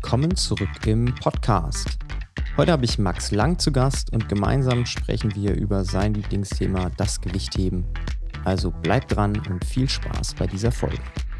willkommen zurück im Podcast. Heute habe ich Max Lang zu Gast und gemeinsam sprechen wir über sein Lieblingsthema, das Gewichtheben. Also bleibt dran und viel Spaß bei dieser Folge.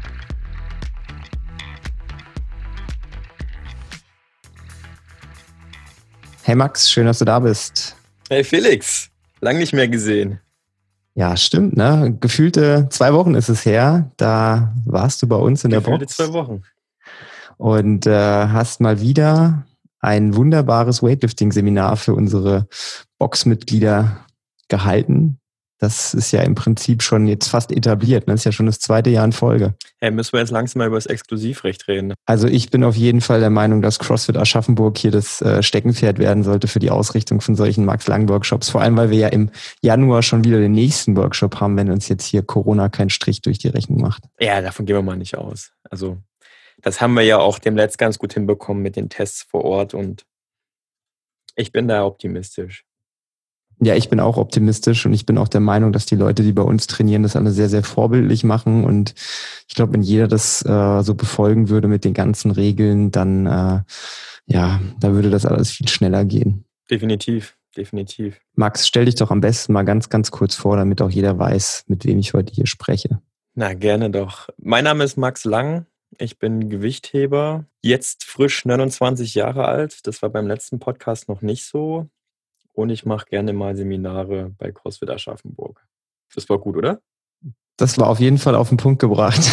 Hey Max, schön, dass du da bist. Hey Felix, lang nicht mehr gesehen. Ja, stimmt, ne? Gefühlte 2 Wochen ist es her, da warst du bei uns in der Box. Gefühlte 2 Wochen. Und hast mal wieder ein wunderbares Weightlifting-Seminar für unsere Boxmitglieder gehalten. Das ist ja im Prinzip schon jetzt fast etabliert. Das ist ja schon das 2. Jahr in Folge. Hey, müssen wir jetzt langsam mal über das Exklusivrecht reden? Also ich bin auf jeden Fall der Meinung, dass CrossFit Aschaffenburg hier das Steckenpferd werden sollte für die Ausrichtung von solchen Max-Lang-Workshops. Vor allem, weil wir ja im Januar schon wieder den nächsten Workshop haben, wenn uns jetzt hier Corona keinen Strich durch die Rechnung macht. Ja, davon gehen wir mal nicht aus. Also das haben wir ja auch demnächst ganz gut hinbekommen mit den Tests vor Ort und ich bin da optimistisch. Ja, ich bin auch optimistisch und ich bin auch der Meinung, dass die Leute, die bei uns trainieren, das alle sehr, sehr vorbildlich machen. Und ich glaube, wenn jeder das so befolgen würde mit den ganzen Regeln, dann da würde das alles viel schneller gehen. Definitiv. Max, stell dich doch am besten mal ganz, ganz kurz vor, damit auch jeder weiß, mit wem ich heute hier spreche. Na, gerne doch. Mein Name ist Max Lang. Ich bin Gewichtheber, jetzt frisch 29 Jahre alt. Das war beim letzten Podcast noch nicht so. Und ich mache gerne mal Seminare bei CrossFit Aschaffenburg. Das war gut, oder? Das war auf jeden Fall auf den Punkt gebracht.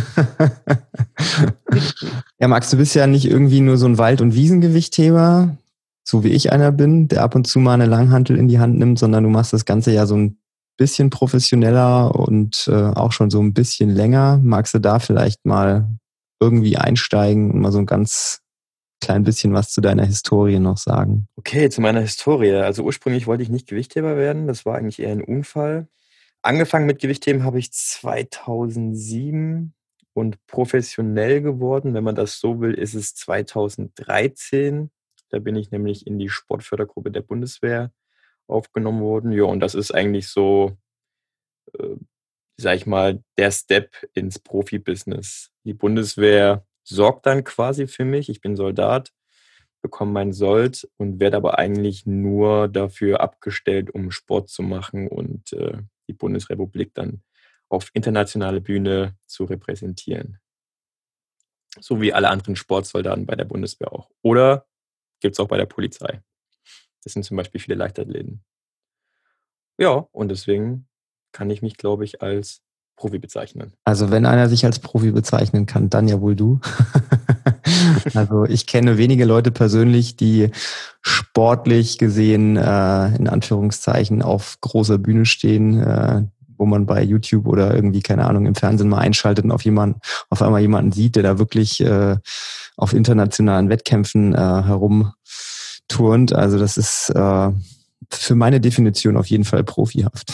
Ja, Max, du bist ja nicht irgendwie nur so ein Wald- und Wiesengewichtheber, so wie ich einer bin, der ab und zu mal eine Langhantel in die Hand nimmt, sondern du machst das Ganze ja so ein bisschen professioneller und auch schon so ein bisschen länger. Magst du da vielleicht mal irgendwie einsteigen und mal so ein ganz klein bisschen was zu deiner Historie noch sagen? Okay, zu meiner Historie. Also ursprünglich wollte ich nicht Gewichtheber werden. Das war eigentlich eher ein Unfall. Angefangen mit Gewichtheben habe ich 2007 und professionell geworden, wenn man das so will, ist es 2013. Da bin ich nämlich in die Sportfördergruppe der Bundeswehr aufgenommen worden. Ja, und das ist eigentlich so, sag ich mal, der Step ins Profibusiness. Die Bundeswehr sorgt dann quasi für mich. Ich bin Soldat, bekomme meinen Sold und werde aber eigentlich nur dafür abgestellt, um Sport zu machen und die Bundesrepublik dann auf internationale Bühne zu repräsentieren. So wie alle anderen Sportsoldaten bei der Bundeswehr auch. Oder gibt es auch bei der Polizei. Das sind zum Beispiel viele Leichtathleten. Ja, und deswegen kann ich mich, glaube ich, als Profi bezeichnen. Also wenn einer sich als Profi bezeichnen kann, dann ja wohl du. Also ich kenne wenige Leute persönlich, die sportlich gesehen in Anführungszeichen auf großer Bühne stehen, wo man bei YouTube oder irgendwie, keine Ahnung, im Fernsehen mal einschaltet und auf einmal jemanden sieht, der da wirklich auf internationalen Wettkämpfen herumturnt. Also das ist für meine Definition auf jeden Fall profihaft.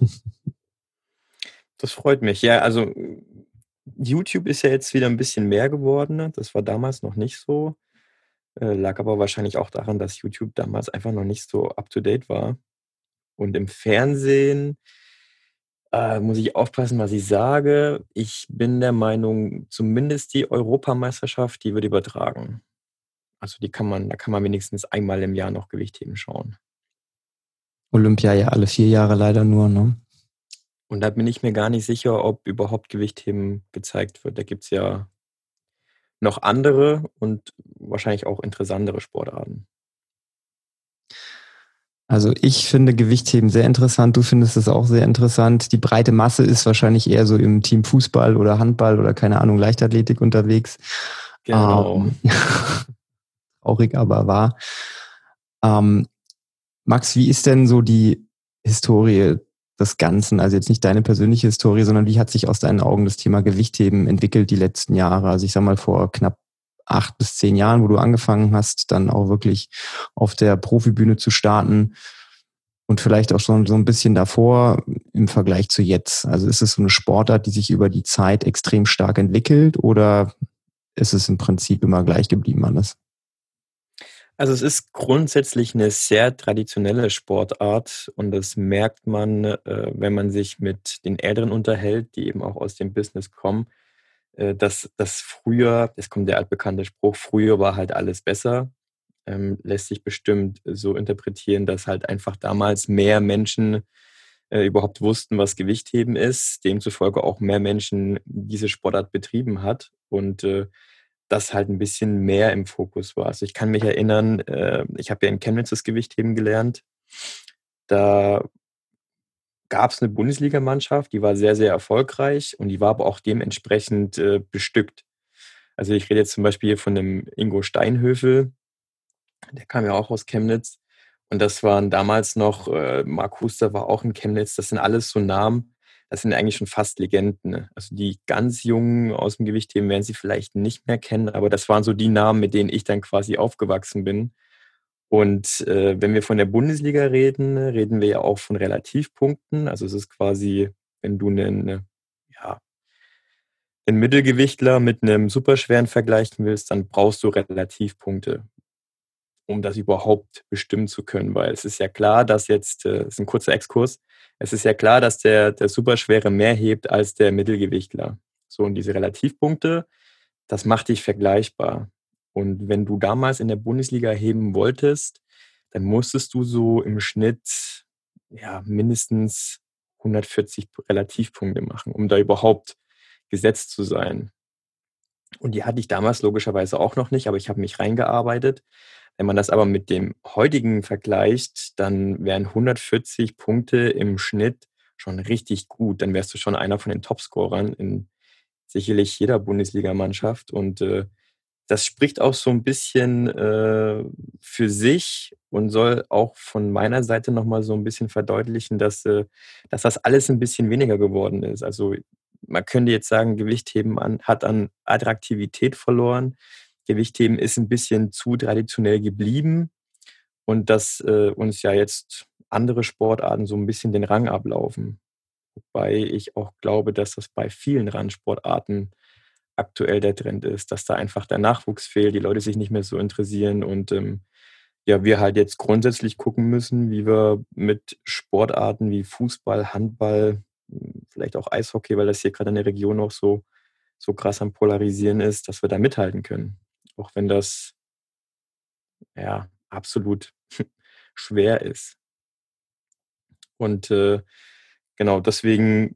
Das freut mich. Ja, also YouTube ist ja jetzt wieder ein bisschen mehr geworden. Ne? Das war damals noch nicht so. Lag aber wahrscheinlich auch daran, dass YouTube damals einfach noch nicht so up-to-date war. Und im Fernsehen muss ich aufpassen, was ich sage. Ich bin der Meinung, zumindest die Europameisterschaft, die wird übertragen. Also da kann man wenigstens einmal im Jahr noch Gewichtheben schauen. Olympia ja alle 4 Jahre leider nur, ne? Und da bin ich mir gar nicht sicher, ob überhaupt Gewichtheben gezeigt wird. Da gibt es ja noch andere und wahrscheinlich auch interessantere Sportarten. Also ich finde Gewichtheben sehr interessant, du findest es auch sehr interessant. Die breite Masse ist wahrscheinlich eher so im Team Fußball oder Handball oder keine Ahnung, Leichtathletik unterwegs. Genau. Traurig, aber wahr. Max, wie ist denn so die Historie des Ganzen? Also jetzt nicht deine persönliche Historie, sondern wie hat sich aus deinen Augen das Thema Gewichtheben entwickelt die letzten Jahre? Also ich sag mal vor knapp 8 bis 10 Jahren, wo du angefangen hast, dann auch wirklich auf der Profibühne zu starten und vielleicht auch schon so ein bisschen davor im Vergleich zu jetzt. Also ist es so eine Sportart, die sich über die Zeit extrem stark entwickelt oder ist es im Prinzip immer gleich geblieben alles? Also es ist grundsätzlich eine sehr traditionelle Sportart und das merkt man, wenn man sich mit den Älteren unterhält, die eben auch aus dem Business kommen. dass früher, jetzt kommt der altbekannte Spruch, früher war halt alles besser, lässt sich bestimmt so interpretieren, dass halt einfach damals mehr Menschen überhaupt wussten, was Gewichtheben ist, demzufolge auch mehr Menschen diese Sportart betrieben hat und das halt ein bisschen mehr im Fokus war. Also ich kann mich erinnern, ich habe ja in Chemnitz das Gewichtheben gelernt. Da gab es eine Bundesligamannschaft, die war sehr, sehr erfolgreich und die war aber auch dementsprechend bestückt. Also ich rede jetzt zum Beispiel hier von dem Ingo Steinhöfel, der kam ja auch aus Chemnitz. Und das waren damals noch, Mark Huster war auch in Chemnitz. Das sind alles so Namen, das sind eigentlich schon fast Legenden. Ne? Also die ganz Jungen aus dem Gewichtheben werden sie vielleicht nicht mehr kennen, aber das waren so die Namen, mit denen ich dann quasi aufgewachsen bin. Und wenn wir von der Bundesliga reden, reden wir ja auch von Relativpunkten. Also es ist quasi, wenn du ja, einen Mittelgewichtler mit einem Superschweren vergleichen willst, dann brauchst du Relativpunkte, um das überhaupt bestimmen zu können. Weil es ist ja klar, dass jetzt, das ist ein kurzer Exkurs, es ist ja klar, dass der Superschwere mehr hebt als der Mittelgewichtler. So, und diese Relativpunkte, das macht dich vergleichbar. Und wenn du damals in der Bundesliga heben wolltest, dann musstest du so im Schnitt ja mindestens 140 Relativpunkte machen, um da überhaupt gesetzt zu sein. Und die hatte ich damals logischerweise auch noch nicht, aber ich habe mich reingearbeitet. Wenn man das aber mit dem heutigen vergleicht, dann wären 140 Punkte im Schnitt schon richtig gut. Dann wärst du schon einer von den Topscorern in sicherlich jeder Bundesligamannschaft. Und das spricht auch so ein bisschen für sich und soll auch von meiner Seite nochmal so ein bisschen verdeutlichen, dass das alles ein bisschen weniger geworden ist. Also man könnte jetzt sagen, Gewichtheben hat an Attraktivität verloren. Gewichtheben ist ein bisschen zu traditionell geblieben und dass uns ja jetzt andere Sportarten so ein bisschen den Rang ablaufen. Wobei ich auch glaube, dass das bei vielen Randsportarten aktuell der Trend ist, dass da einfach der Nachwuchs fehlt, die Leute sich nicht mehr so interessieren und ja, wir halt jetzt grundsätzlich gucken müssen, wie wir mit Sportarten wie Fußball, Handball, vielleicht auch Eishockey, weil das hier gerade in der Region auch so krass am Polarisieren ist, dass wir da mithalten können. Auch wenn das ja absolut schwer ist. Und genau, deswegen,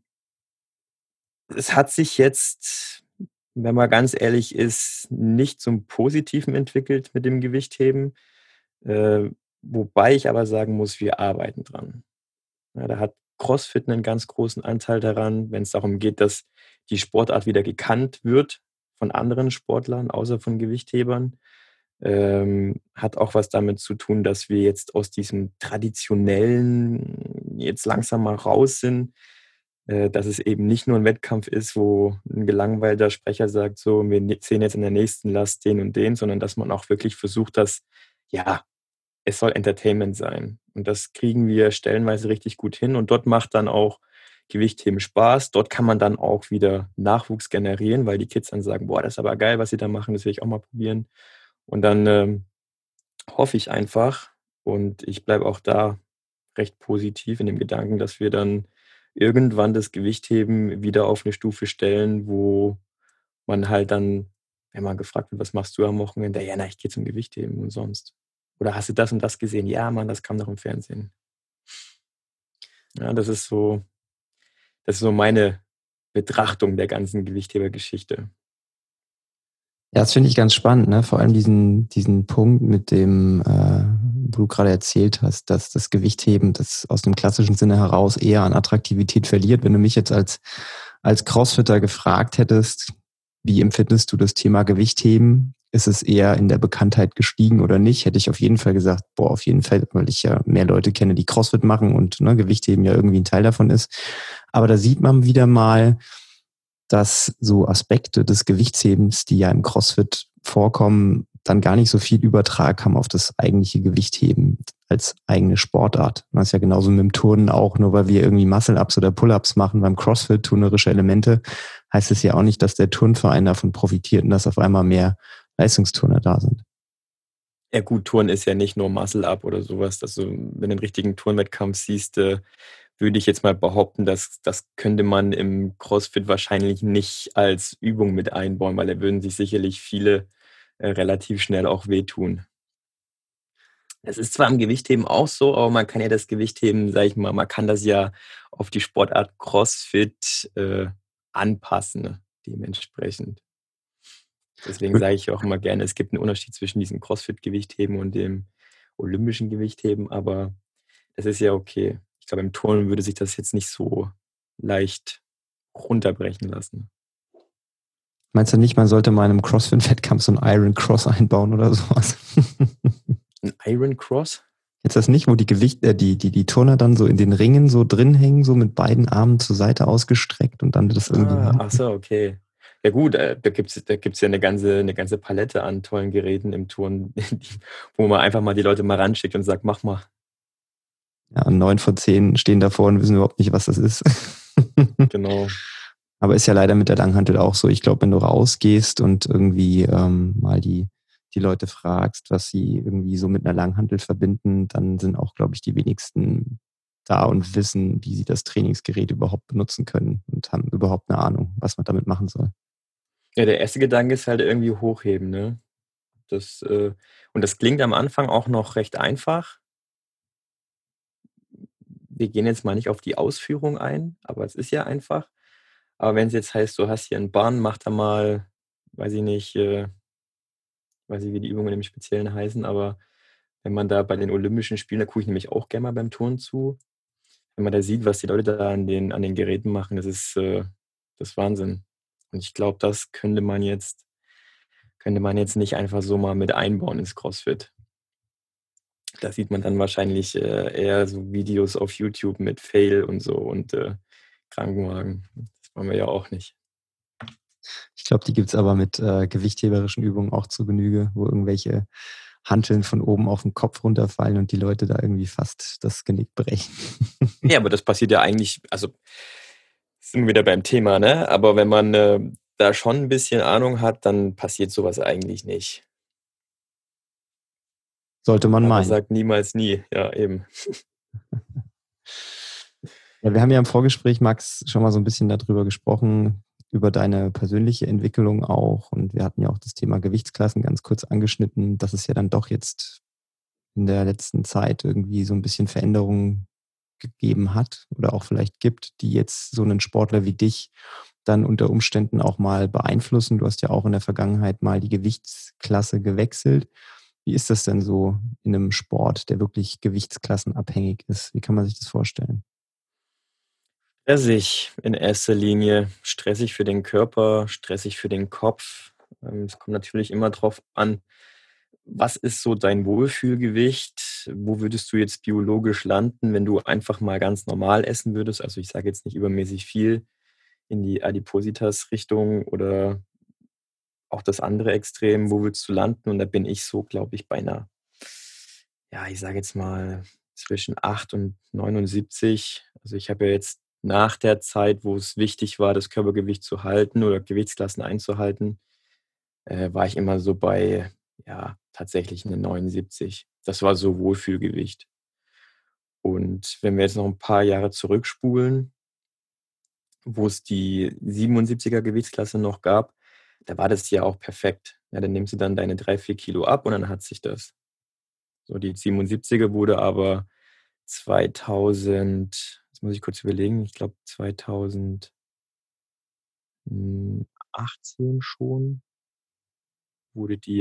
es hat sich jetzt, wenn man ganz ehrlich ist, nicht zum Positiven entwickelt mit dem Gewichtheben. Äh, Wobei ich aber sagen muss, wir arbeiten dran. Ja, da hat CrossFit einen ganz großen Anteil daran, wenn es darum geht, dass die Sportart wieder gekannt wird von anderen Sportlern, außer von Gewichthebern. Hat auch was damit zu tun, dass wir jetzt aus diesem Traditionellen jetzt langsam mal raus sind, dass es eben nicht nur ein Wettkampf ist, wo ein gelangweilter Sprecher sagt, so, wir sehen jetzt in der nächsten Last den und den, sondern dass man auch wirklich versucht, dass, ja, es soll Entertainment sein. Und das kriegen wir stellenweise richtig gut hin. Und dort macht dann auch Gewichtheben Spaß. Dort kann man dann auch wieder Nachwuchs generieren, weil die Kids dann sagen, boah, das ist aber geil, was sie da machen, das will ich auch mal probieren. Und dann hoffe ich einfach, und ich bleibe auch da recht positiv in dem Gedanken, dass wir dann irgendwann das Gewichtheben wieder auf eine Stufe stellen, wo man halt dann, wenn man gefragt wird, was machst du am Wochenende? Ja, na, ich gehe zum Gewichtheben und sonst. Oder hast du das und das gesehen? Ja, Mann, das kam doch im Fernsehen. Ja, das ist so meine Betrachtung der ganzen Gewichthebergeschichte. Ja, das finde ich ganz spannend, ne? Vor allem diesen Punkt mit dem, wo du gerade erzählt hast, dass das Gewichtheben das aus dem klassischen Sinne heraus eher an Attraktivität verliert. Wenn du mich jetzt als Crossfitter gefragt hättest, wie empfindest du das Thema Gewichtheben? Ist es eher in der Bekanntheit gestiegen oder nicht? Hätte ich auf jeden Fall gesagt, boah, auf jeden Fall, weil ich ja mehr Leute kenne, die Crossfit machen und ne, Gewichtheben ja irgendwie ein Teil davon ist. Aber da sieht man wieder mal, dass so Aspekte des Gewichtshebens, die ja im CrossFit vorkommen, dann gar nicht so viel Übertrag haben auf das eigentliche Gewichtheben als eigene Sportart. Das ist ja genauso mit dem Turnen auch, nur weil wir irgendwie Muscle-Ups oder Pull-Ups machen beim CrossFit, turnerische Elemente, heißt es ja auch nicht, dass der Turnverein davon profitiert und dass auf einmal mehr Leistungsturner da sind. Ja gut, Turnen ist ja nicht nur Muscle-Up oder sowas. Also, wenn du einen richtigen Turnwettkampf siehst, würde ich jetzt mal behaupten, das könnte man im CrossFit wahrscheinlich nicht als Übung mit einbauen, weil da würden sich sicherlich viele relativ schnell auch wehtun. Es ist zwar im Gewichtheben auch so, aber man kann ja das Gewichtheben, sage ich mal, man kann das ja auf die Sportart CrossFit anpassen, ne, dementsprechend. Deswegen sage ich auch immer gerne, es gibt einen Unterschied zwischen diesem CrossFit-Gewichtheben und dem olympischen Gewichtheben, aber das ist ja okay. Ich glaube, im Turnen würde sich das jetzt nicht so leicht runterbrechen lassen. Meinst du nicht, man sollte mal in einem CrossFit-Wettkampf so einen Iron Cross einbauen oder sowas? Ein Iron Cross? Jetzt das nicht, wo die Turner dann so in den Ringen so drin hängen, so mit beiden Armen zur Seite ausgestreckt und dann das irgendwie. Ach so, okay. Ja gut, da gibt's ja eine ganze Palette an tollen Geräten im Turnen, wo man einfach mal die Leute mal ranschickt und sagt: „Mach mal.“ Ja, 9 von 10 stehen davor und wissen überhaupt nicht, was das ist. Genau. Aber ist ja leider mit der Langhantel auch so. Ich glaube, wenn du rausgehst und irgendwie mal die Leute fragst, was sie irgendwie so mit einer Langhantel verbinden, dann sind auch, glaube ich, die wenigsten da und wissen, wie sie das Trainingsgerät überhaupt benutzen können und haben überhaupt eine Ahnung, was man damit machen soll. Ja, der erste Gedanke ist halt irgendwie hochheben, ne? Das, und das klingt am Anfang auch noch recht einfach. Wir gehen jetzt mal nicht auf die Ausführung ein, aber es ist ja einfach. Aber wenn es jetzt heißt, du hast hier 'n Barren, mach da mal, weiß ich nicht, weiß nicht, wie die Übungen im Speziellen heißen, aber wenn man da bei den Olympischen Spielen, da gucke ich nämlich auch gerne mal beim Turnen zu. Wenn man da sieht, was die Leute da an den Geräten machen, das ist Wahnsinn. Und ich glaube, das könnte man jetzt nicht einfach so mal mit einbauen ins CrossFit. Da sieht man dann wahrscheinlich, eher so Videos auf YouTube mit Fail und so und, Krankenwagen. Das wollen wir ja auch nicht. Ich glaube, die gibt's aber mit gewichtheberischen Übungen auch zu Genüge, wo irgendwelche Hanteln von oben auf den Kopf runterfallen und die Leute da irgendwie fast das Genick brechen. Ja, aber das passiert ja eigentlich, also sind wir wieder beim Thema, ne? Aber wenn man, da schon 'n bisschen Ahnung hat, dann passiert so was eigentlich nicht. Sollte man Aber meinen. sagt niemals nie. Ja, eben. Ja, wir haben ja im Vorgespräch, Max, schon mal so ein bisschen darüber gesprochen, über deine persönliche Entwicklung auch. Und wir hatten ja auch das Thema Gewichtsklassen ganz kurz angeschnitten, dass es ja dann doch jetzt in der letzten Zeit irgendwie so ein bisschen Veränderungen gegeben hat oder auch vielleicht gibt, die jetzt so einen Sportler wie dich dann unter Umständen auch mal beeinflussen. Du hast ja auch in der Vergangenheit mal die Gewichtsklasse gewechselt. Wie ist das denn so in einem Sport, der wirklich gewichtsklassenabhängig ist? Wie kann man sich das vorstellen? Stressig in erster Linie. Stressig für den Körper, stressig für den Kopf. Es kommt natürlich immer drauf an, was ist so dein Wohlfühlgewicht? Wo würdest du jetzt biologisch landen, wenn du einfach mal ganz normal essen würdest? Also, ich sage jetzt nicht übermäßig viel in die Adipositas-Richtung oder auch das andere Extrem. Wo würdest du landen? Und da bin ich so, glaube ich, bei einer, ja, ich sage jetzt mal zwischen 8 und 79. Also, ich habe ja jetzt nach der Zeit, wo es wichtig war, das Körpergewicht zu halten oder Gewichtsklassen einzuhalten, war ich immer so bei, ja, tatsächlich 'ne 79. Das war so Wohlfühlgewicht. Und wenn wir jetzt noch 'n paar Jahre zurückspulen, wo es die 77er Gewichtsklasse noch gab, da war das ja auch perfekt. Ja, dann nimmst du dann deine 3, 4 Kilo ab und dann hat sich das. So, die 77er wurde aber 2000, jetzt muss ich kurz überlegen, ich glaube 2018 schon, wurde die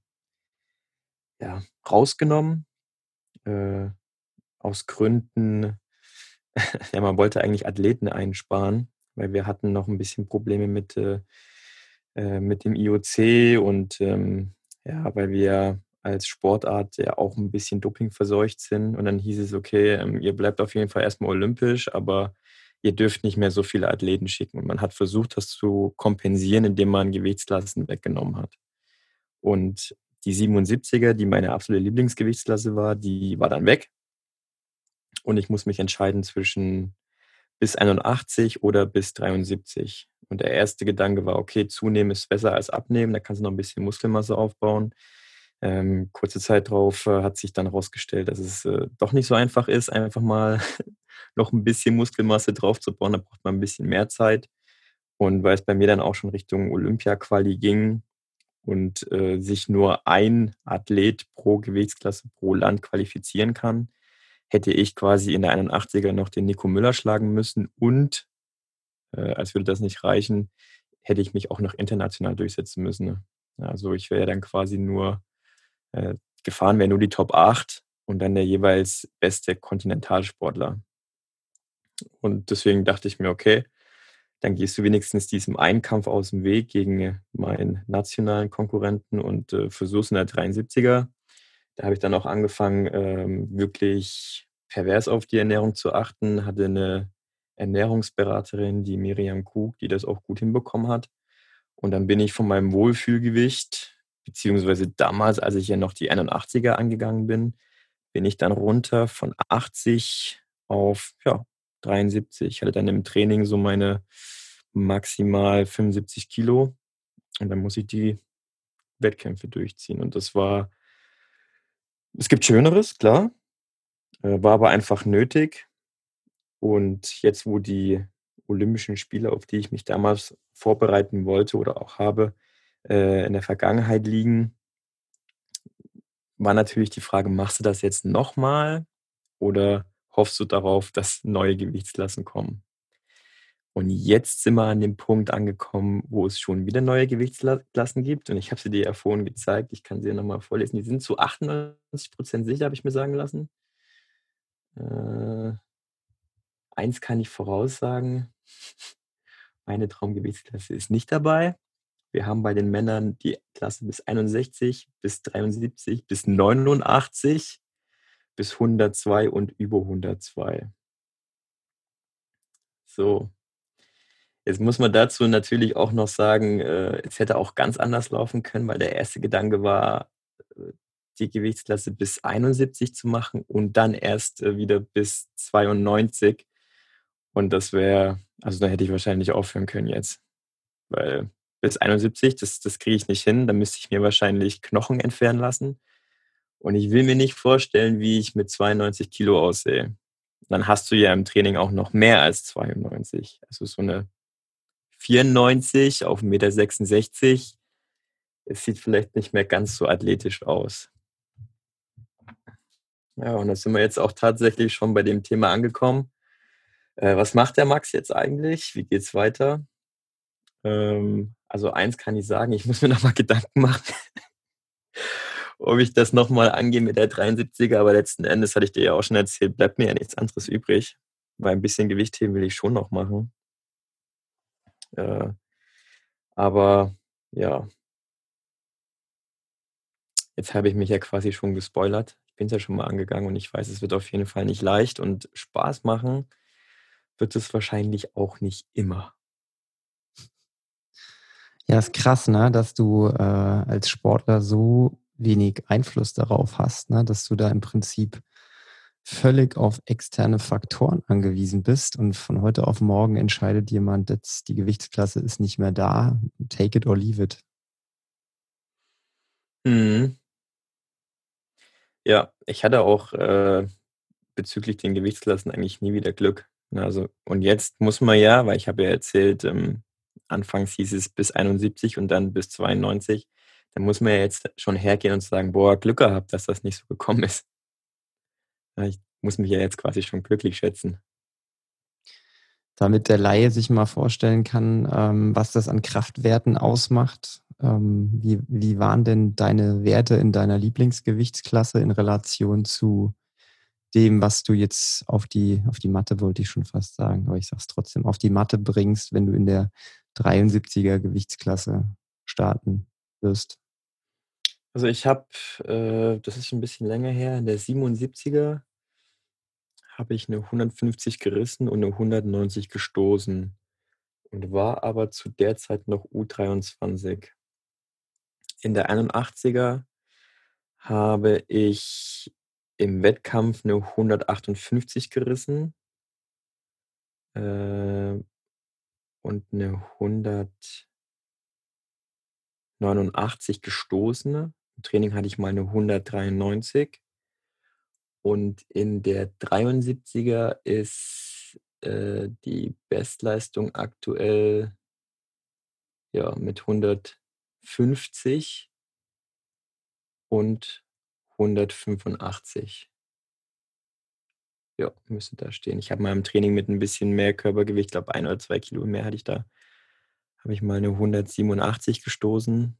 ja, rausgenommen, äh, aus Gründen, ja, man wollte eigentlich Athleten einsparen, weil wir hatten noch 'n bisschen Probleme mit dem IOC und, ja, weil wir als Sportart ja auch 'n bisschen dopingverseucht sind. Und dann hieß es: „Okay, ihr bleibt auf jeden Fall erst mal olympisch, aber ihr dürft nicht mehr so viele Athleten schicken.“ Und man hat versucht, das zu kompensieren, indem man Gewichtsklassen weggenommen hat. Und die 77er, die meine absolute Lieblingsgewichtsklasse war, die war dann weg und ich muss mich entscheiden zwischen bis 81 oder bis 73. Und der erste Gedanke war: „Okay, zunehmen ist besser als abnehmen, da kannst du noch 'n bisschen Muskelmasse aufbauen.“ Kurze Zeit drauf hat sich dann rausgestellt, dass es doch nicht so einfach ist, einfach mal noch ein bisschen Muskelmasse draufzubauen. Da braucht man ein bisschen mehr Zeit. Und weil es bei mir dann auch schon Richtung Olympia-Quali ging und sich nur ein Athlet pro Gewichtsklasse pro Land qualifizieren kann, hätte ich quasi in der 81er noch den Nico Müller schlagen müssen und, als würde das nicht reichen, hätte ich mich auch noch international durchsetzen müssen, ne? Ja, also, ich wäre ja dann quasi nur äh, gefahren wäre nur die Top 8 und dann der jeweils beste Kontinentalsportler. Und deswegen dachte ich mir: „Okay, dann gehst du wenigstens diesem Einkampf aus dem Weg gegen meinen nationalen Konkurrenten und versuch's in der 73er." Da habe ich dann auch angefangen, wirklich pervers auf die Ernährung zu achten, hatte eine Ernährungsberaterin, die Miriam Krug, die das auch gut hinbekommen hat. Und dann bin ich von meinem Wohlfühlgewicht, beziehungsweise damals, als ich ja noch die 81er angegangen bin ich dann runter von 80 auf, ja, 73. Ich hatte dann im Training so meine maximal 75 Kilo und dann muss ich die Wettkämpfe durchziehen. Und das war es gibt Schöneres, klar, war aber einfach nötig. Und jetzt, wo die Olympischen Spiele, auf die ich mich damals vorbereiten wollte oder auch habe, in der Vergangenheit liegen, war natürlich die Frage: Machst du das jetzt nochmal oder hoffst du darauf, dass neue Gewichtsklassen kommen? Und jetzt sind wir an dem Punkt angekommen, wo es schon wieder neue Gewichtsklassen gibt und ich habe sie dir ja vorhin gezeigt. Ich kann sie ja noch mal vorlesen. Die sind zu 98% sicher, habe ich mir sagen lassen. Äh, eins kann ich voraussagen, meine Traumgewichtsklasse ist nicht dabei. Wir haben bei den Männern die Klasse bis 61, bis 73, bis 89, bis 102 und über 102. So, jetzt muss man dazu natürlich auch noch sagen, es hätte auch ganz anders laufen können, weil der erste Gedanke war, äh, die Gewichtsklasse bis 71 zu machen und dann erst, wieder bis 92. Und das wäre also, da hätte ich wahrscheinlich aufhören können jetzt, weil bis 71, das kriege ich nicht hin. Da müsste ich mir wahrscheinlich Knochen entfernen lassen. Und ich will mir nicht vorstellen, wie ich mit 92 Kilo aussehe. Dann hast du ja im Training auch noch mehr als 92. Also, so eine 94 auf 1,66 m. Es sieht vielleicht nicht mehr ganz so athletisch aus. Ja, und da sind wir jetzt auch tatsächlich schon bei dem Thema angekommen. Was macht der Max jetzt eigentlich? Wie geht's weiter? Also eins kann ich sagen, ich muss mir noch mal Gedanken machen, ob ich das noch mal angehe mit der 73er, aber letzten Endes, hatte ich dir ja auch schon erzählt, bleibt mir ja nichts anderes übrig, weil ein bisschen Gewichtheben will ich schon noch machen. Äh, aber ja, jetzt habe ich mich ja quasi schon gespoilert. Ich bin es ja schon mal angegangen und ich weiß, es wird auf jeden Fall nicht leicht und Spaß machen wird es wahrscheinlich auch nicht immer. Ja, ist krass, ne, dass du als Sportler so wenig Einfluss darauf hast, ne, dass du da im Prinzip völlig auf externe Faktoren angewiesen bist und von heute auf morgen entscheidet jemand, jetzt die Gewichtsklasse ist nicht mehr da, take it or leave it. Mhm. Ja, ich hatte auch, bezüglich den Gewichtsklassen eigentlich nie wieder Glück. Ne, also und jetzt muss man ja, weil ich habe ja erzählt, anfangs hieß es bis 71 und dann bis 92. Da muss man ja jetzt schon hergehen und sagen: „Boah, Glück gehabt, dass das nicht so gekommen ist." Ja, ich muss mich ja jetzt quasi schon glücklich schätzen. Damit der Laie sich mal vorstellen kann, was das an Kraftwerten ausmacht. Wie waren denn deine Werte in deiner Lieblingsgewichtsklasse in Relation zu dem, was du jetzt auf die Matte wollte ich schon fast sagen, aber ich sage es trotzdem, auf die Matte bringst, wenn du in der 73er Gewichtsklasse starten wirst? Also, ich habe, das ist schon 'n bisschen länger her, in der 77er habe ich 'ne 150 gerissen und 'ne 190 gestoßen und war aber zu der Zeit noch U23. In der 81er habe ich im Wettkampf 'ne 158 gerissen, äh, und 'ne 189 gestoßen. Im Training hatte ich mal eine 193 und in der 73er ist, die Bestleistung aktuell, ja, mit 150 und 185. Ja, müsste da stehen. Ich habe mal im Training mit ein bisschen mehr Körpergewicht, ich glaube 1 oder 2 Kilo mehr hatte ich da, habe ich mal eine 187 gestoßen,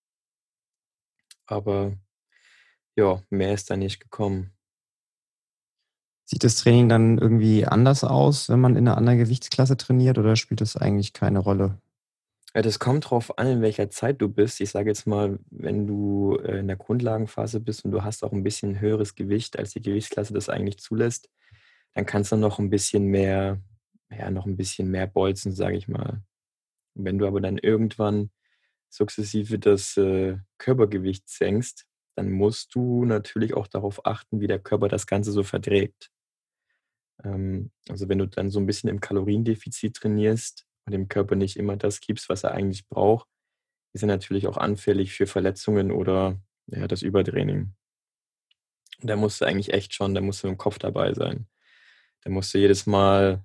aber ja, mehr ist da nicht gekommen. Sieht das Training dann irgendwie anders aus, wenn man in einer anderen Gewichtsklasse trainiert oder spielt das eigentlich keine Rolle? Ja, das kommt drauf an, in welcher Zeit du bist. Ich sage jetzt mal, wenn du, in der Grundlagenphase bist und du hast auch ein bisschen höheres Gewicht, als die Gewichtsklasse das eigentlich zulässt, dann kannst du noch ein bisschen mehr, ja, noch ein bisschen mehr bolzen, sage ich mal. Wenn du aber dann irgendwann sukzessive das, Körpergewicht senkst, dann musst du natürlich auch darauf achten, wie der Körper das Ganze so verträgt. Also, wenn du dann so ein bisschen im Kaloriendefizit trainierst und dem Körper nicht immer das gibst, was er eigentlich braucht, ist er natürlich auch anfällig für Verletzungen oder, ja, das Übertraining. Und da musst du im Kopf dabei sein. Da musst du jedes Mal,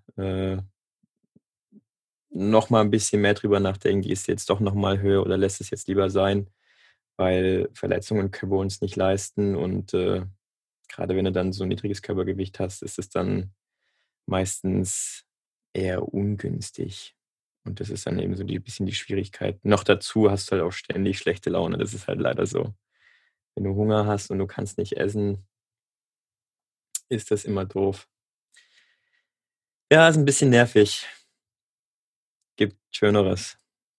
noch mal 'n bisschen mehr drüber nachdenken: „Gehst du jetzt doch noch mal höher oder lässt es jetzt lieber sein?“ Weil Verletzungen können wir uns nicht leisten und, grade wenn du dann so 'n niedriges Körpergewicht hast, ist es dann meistens eher ungünstig. Und das ist dann eben so die Schwierigkeit. Noch dazu hast du halt auch ständig schlechte Laune. Das ist halt leider so. Wenn du Hunger hast und du kannst nicht essen, ist das immer doof. Ja, ist 'n bisschen nervig. Gibt Schöneres.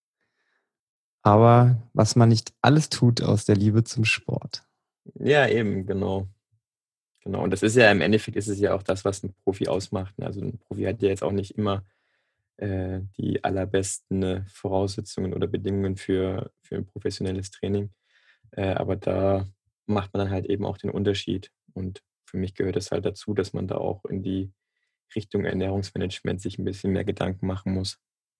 Aber was man nicht alles tut aus der Liebe zum Sport. Ja, eben, genau. Genau. Und das ist ja im Endeffekt ist es ja auch das, was 'n Profi ausmacht, ne? Also 'n Profi hat ja jetzt auch nicht immer, die allerbesten, Voraussetzungen oder Bedingungen für 'n professionelles Training. Aber da macht man dann halt eben auch den Unterschied. Und für mich gehört es halt dazu, dass man da auch in die Richtung Ernährungsmanagement sich 'n bisschen mehr Gedanken machen muss.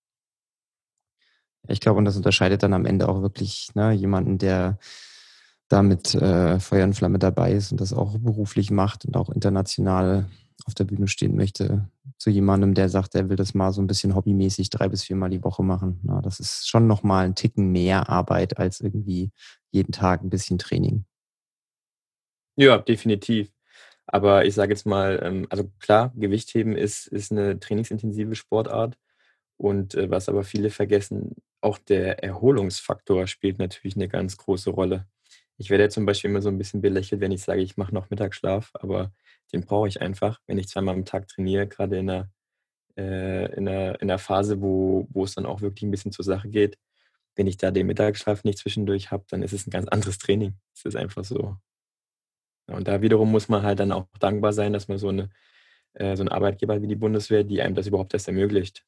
Ich glaube, und das unterscheidet dann am Ende auch wirklich, ne, jemanden, der da mit, Feuer und Flamme dabei ist und das auch beruflich macht und auch international auf der Bühne stehen möchte, zu jemandem, der sagt, er will das mal so ein bisschen hobbymäßig 3 bis viermal die Woche machen. Ne, das ist schon noch mal 'n Ticken mehr Arbeit als irgendwie jeden Tag ein bisschen Training. Ja, definitiv. Aber ich sage jetzt mal, also klar, Gewichtheben ist 'ne trainingsintensive Sportart und, was aber viele vergessen, auch der Erholungsfaktor spielt natürlich 'ne ganz große Rolle. Ich werde ja zum Beispiel immer so 'n bisschen belächelt, wenn ich sage, ich mache noch Mittagsschlaf, aber den brauche ich einfach, wenn ich zweimal am Tag trainiere, grade in 'ner Phase, wo es dann auch wirklich 'n bisschen zur Sache geht. Wenn ich da den Mittagsschlaf nicht zwischendurch habe, dann ist es 'n ganz anderes Training. Es ist einfach so. Ja, und da wiederum muss man halt dann auch dankbar sein, dass man so 'n Arbeitgeber hat wie die Bundeswehr, die einem das überhaupt erst ermöglicht.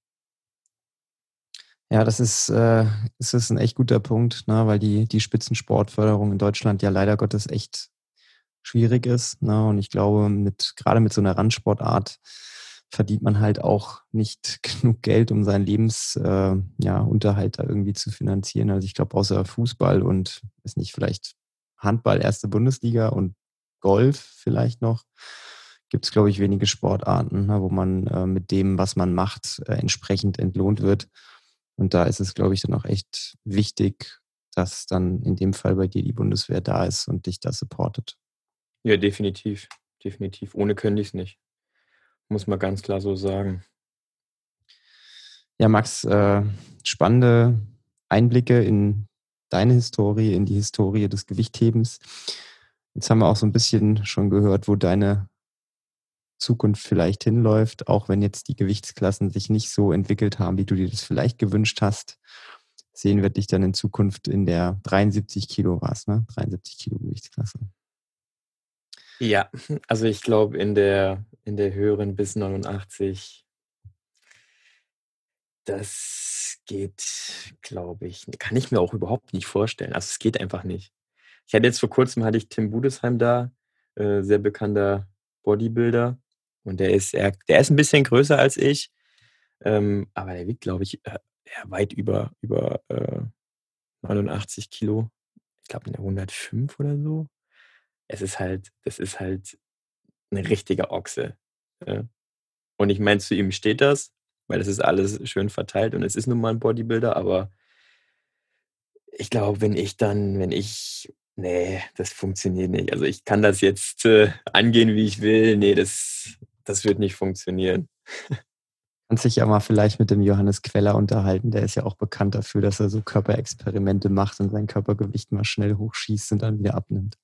Ja, das ist 'n echt guter Punkt, ne, weil die Spitzensportförderung in Deutschland ja leider Gottes echt schwierig ist, ne? Und ich glaube, mit gerade mit so einer Randsportart verdient man halt auch nicht genug Geld, um seinen ja, Unterhalt da irgendwie zu finanzieren. Also, ich glaube, außer Fußball und weiß nicht, vielleicht Handball erste Bundesliga und Golf vielleicht noch, gibt's, glaube ich, wenige Sportarten, ne, wo man, mit dem, was man macht, entsprechend entlohnt wird. Und da ist es, glaube ich, dann auch echt wichtig, dass dann in dem Fall bei dir die Bundeswehr da ist und dich da supportet. Ja, definitiv, definitiv. Ohne könnte ich's nicht, muss man ganz klar so sagen. Ja, Max, spannende Einblicke in deine Historie, in die Historie des Gewichthebens. Jetzt haben wir auch so ein bisschen schon gehört, wo deine Zukunft vielleicht hinläuft, auch wenn jetzt die Gewichtsklassen sich nicht so entwickelt haben, wie du dir das vielleicht gewünscht hast. Sehen wir dich dann in Zukunft in der 73 Kilo war's, ne? 73 Kilo Gewichtsklasse. Ja, also ich glaube, in der höheren bis 89, das geht, glaube ich, kann ich mir auch überhaupt nicht vorstellen. Also, es geht einfach nicht. Hatte ich Tim Budesheim da, sehr bekannter Bodybuilder und der ist 'n bisschen größer als ich, aber der wiegt, glaube ich, ja, weit über 89 Kilo. ich glaube, eine 105 oder so. Das ist halt ein richtiger Ochse, ja. Und ich meine, zu ihm steht das, weil das ist alles schön verteilt und es ist nun mal 'n Bodybuilder, aber ich glaube, wenn ich nee, das funktioniert nicht. Also, ich kann das jetzt, angehen, wie ich will. Ne, das wird nicht funktionieren. Kannst dich ja mal vielleicht mit dem Johannes Queller unterhalten. Der ist ja auch bekannt dafür, dass er so Körperexperimente macht und sein Körpergewicht mal schnell hochschießt und dann wieder abnimmt.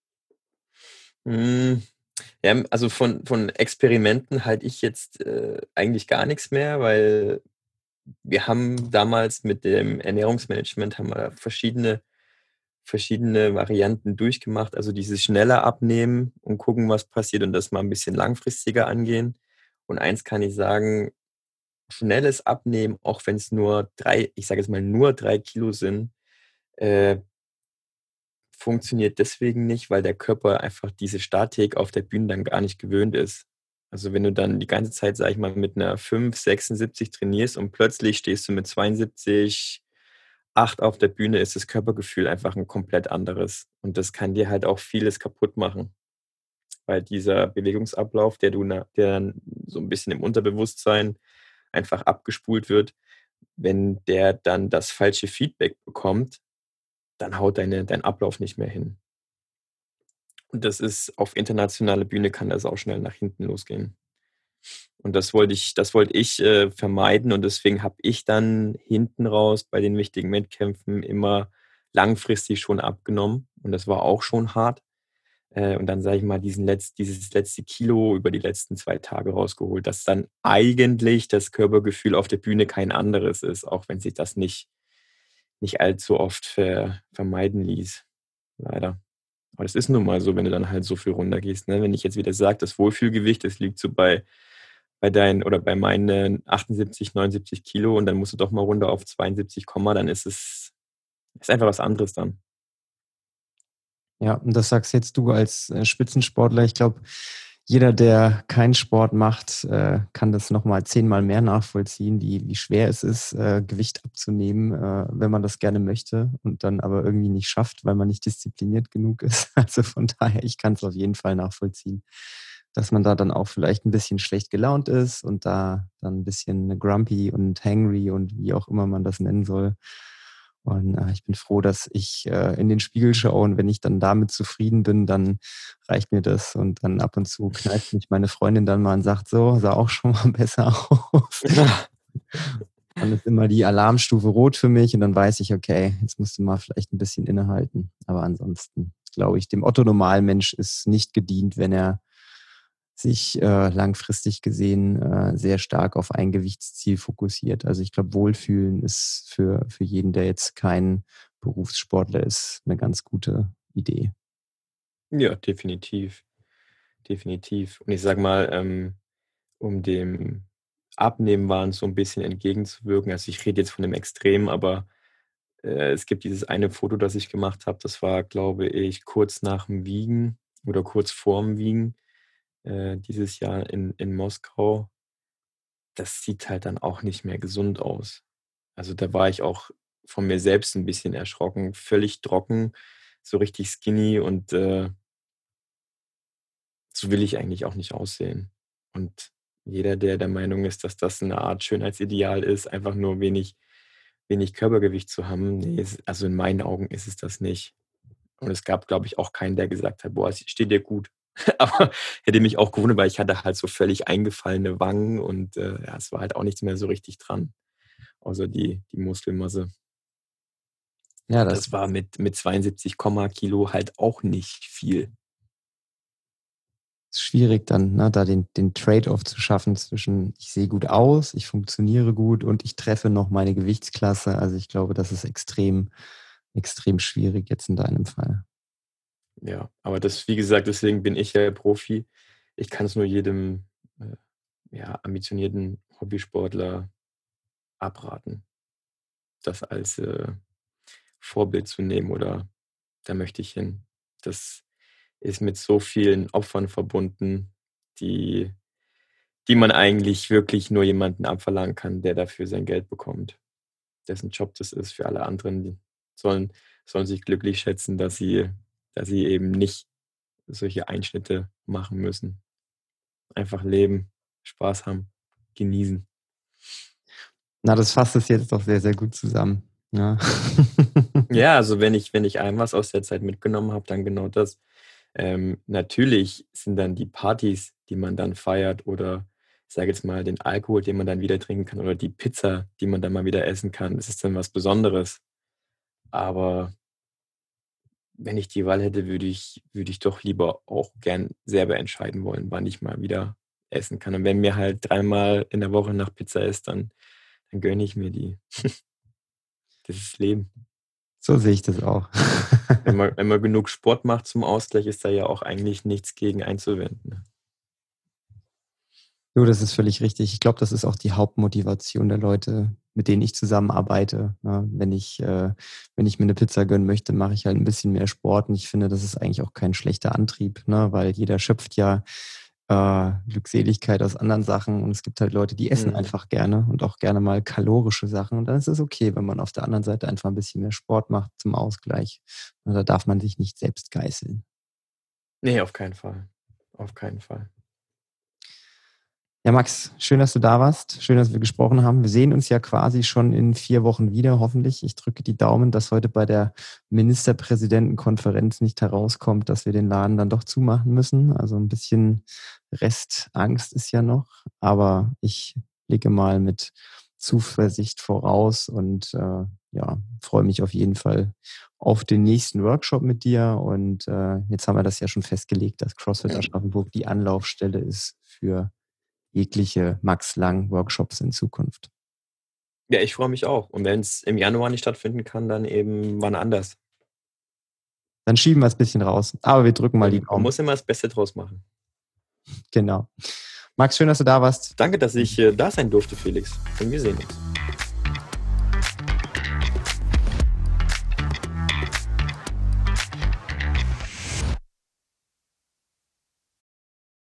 Hm, ja, also, von Experimenten halte ich jetzt, eigentlich gar nix mehr, weil wir haben damals mit dem Ernährungsmanagement haben wir verschiedene Varianten durchgemacht. Also, dieses schneller abnehmen und gucken, was passiert und das mal 'n bisschen langfristiger angehen. Und eins kann ich sagen, schnelles Abnehmen, auch wenn's nur 3, ich sage jetzt mal, nur 3 Kilo sind, äh, funktioniert deswegen nicht, weil der Körper einfach diese Statik auf der Bühne dann gar nicht gewöhnt ist. Also, wenn du dann die ganze Zeit, sage ich mal, mit 'ner 5,76 trainierst und plötzlich stehst du mit 72,8 auf der Bühne, ist das Körpergefühl einfach 'n komplett anderes. Und das kann dir halt auch vieles kaputt machen, weil dieser Bewegungsablauf, der dann so 'n bisschen im Unterbewusstsein einfach abgespult wird, wenn der dann das falsche Feedback bekommt, dann haut dein Ablauf nicht mehr hin. Und das ist auf internationaler Bühne kann das auch schnell nach hinten losgehen. Und das wollte ich, vermeiden und deswegen habe ich dann hinten raus bei den wichtigen Wettkämpfen immer langfristig schon abgenommen und das war auch schon hart. Und dann, sage ich mal, dieses letzte Kilo über die letzten 2 Tage rausgeholt, dass dann eigentlich das Körpergefühl auf der Bühne kein anderes ist, auch wenn sich das nicht allzu oft vermeiden ließ, leider. Aber das ist nun mal so, wenn du dann halt so viel runtergehst, ne? Wenn ich jetzt wieder sage, das Wohlfühlgewicht, das liegt so bei deinen oder bei meinen 78, 79 Kilo und dann musst du doch mal runter auf 72, dann ist einfach was anderes dann. Ja, und das sagst jetzt du als Spitzensportler. Ich glaube, jeder, der keinen Sport macht, kann das nochmal 10-mal mehr nachvollziehen, wie schwer es ist, Gewicht abzunehmen, wenn man das gerne möchte und dann aber irgendwie nicht schafft, weil man nicht diszipliniert genug ist. Also von daher, ich kann es auf jeden Fall nachvollziehen, dass man da dann auch vielleicht ein bisschen schlecht gelaunt ist und da dann ein bisschen grumpy und hangry und wie auch immer man das nennen soll. Und ich bin froh, dass ich in den Spiegel schaue und wenn ich dann damit zufrieden bin, dann reicht mir das. Und dann ab und zu kneift mich meine Freundin dann mal und sagt: „So, sah auch schon mal besser aus.“ Dann ist immer die Alarmstufe rot für mich und dann weiß ich: „Okay, jetzt musst du mal vielleicht ein bisschen innehalten.“ Aber ansonsten glaube ich, dem Otto-Normalmensch ist nicht gedient, wenn er sich langfristig gesehen sehr stark auf ein Gewichtsziel fokussiert. Also ich glaube, Wohlfühlen ist für jeden, der jetzt kein Berufssportler ist, eine ganz gute Idee. Ja, definitiv, definitiv. Und ich sage mal, um dem Abnehmwahn so 'n bisschen entgegenzuwirken, also, ich rede jetzt von dem Extrem, aber, es gibt dieses eine Foto, das ich gemacht habe, das war, glaube ich, kurz nach'm Wiegen oder kurz vorm Wiegen, dieses Jahr in Moskau. Das sieht halt dann auch nicht mehr gesund aus. Also, da war ich auch von mir selbst 'n bisschen erschrocken, völlig trocken, so richtig skinny und, so will ich eigentlich auch nicht aussehen. Und jeder, der der Meinung ist, dass das 'ne Art Schönheitsideal ist, einfach nur wenig Körpergewicht zu haben, ne, also, in meinen Augen ist es das nicht. Und es gab, glaube ich, auch keinen, der gesagt hat: „Boah, es steht dir gut.“ Aber hätte mich auch gewundert, weil ich hatte halt so völlig eingefallene Wangen und, ja, es war halt auch nichts mehr so richtig dran, außer die Muskelmasse. Ja, Und das das war mit 72 Kilo halt auch nicht viel. ist schwierig dann, ne, da den Trade-off zu schaffen zwischen: „Ich sehe gut aus, ich funktioniere gut und ich treffe noch meine Gewichtsklasse.“ Also, ich glaube, das ist extrem schwierig jetzt in deinem Fall. Ja, aber das wie gesagt, deswegen bin ich ja Profi. Ich kann es nur jedem, äh, ja, ambitionierten Hobbysportler abraten, das als, Vorbild zu nehmen oder da möchte ich hin. Das ist mit so vielen Opfern verbunden, die die man eigentlich wirklich nur jemanden abverlangen kann, der dafür sein Geld bekommt, dessen Job das ist für alle anderen. sollen sich glücklich schätzen, dass sie eben nicht solche Einschnitte machen müssen. Einfach leben, Spaß haben, genießen. Na, das fasst es jetzt doch sehr, sehr gut zusammen. Ja. Ja, also wenn ich ein was aus der Zeit mitgenommen habe, dann genau das. Natürlich sind dann die Partys, die man dann feiert, oder ich sage jetzt mal den Alkohol, den man dann wieder trinken kann, oder die Pizza, die man dann mal wieder essen kann, das ist dann was Besonderes. Aber wenn ich die Wahl hätte, würde ich doch lieber auch gern selber entscheiden wollen, wann ich mal wieder essen kann. Und wenn mir halt 3-mal in der Woche nach Pizza ist, dann gönne ich mir die. Das ist Leben. So sehe ich das auch. Wenn man genug Sport macht zum Ausgleich, ist da ja auch eigentlich nichts gegen einzuwenden. Jo, das ist völlig richtig. Ich glaube, das ist auch die Hauptmotivation der Leute, mit denen ich zusammenarbeite. Ne? Wenn ich mir eine Pizza gönnen möchte, mache ich halt ein bisschen mehr Sport. Und ich finde, das ist eigentlich auch kein schlechter Antrieb, ne? Weil jeder schöpft ja Glückseligkeit aus anderen Sachen. Und es gibt halt Leute, die essen einfach gerne und auch gerne mal kalorische Sachen. Und dann ist es okay, wenn man auf der anderen Seite einfach ein bisschen mehr Sport macht zum Ausgleich. Und da darf man sich nicht selbst geißeln. Nee, auf keinen Fall. Auf keinen Fall. Ja, Max, schön, dass du da warst. Schön, dass wir gesprochen haben. Wir sehen uns ja quasi schon in 4 Wochen wieder, hoffentlich. Ich drücke die Daumen, dass heute bei der Ministerpräsidentenkonferenz nicht herauskommt, dass wir den Laden dann doch zumachen müssen. Also ein bisschen Restangst ist ja noch. Aber ich blicke mal mit Zuversicht voraus und freue mich auf jeden Fall auf den nächsten Workshop mit dir. Und jetzt haben wir das ja schon festgelegt, dass CrossFit Aschaffenburg die Anlaufstelle ist für jegliche Max-Lang-Workshops in Zukunft. Ja, ich freue mich auch. Und wenn es im Januar nicht stattfinden kann, dann eben wann anders. Dann schieben wir es ein bisschen raus. Aber wir drücken mal die Daumen. Man muss immer das Beste draus machen. Genau. Max, schön, dass du da warst. Danke, dass ich da sein durfte, Felix. Und wir sehen uns.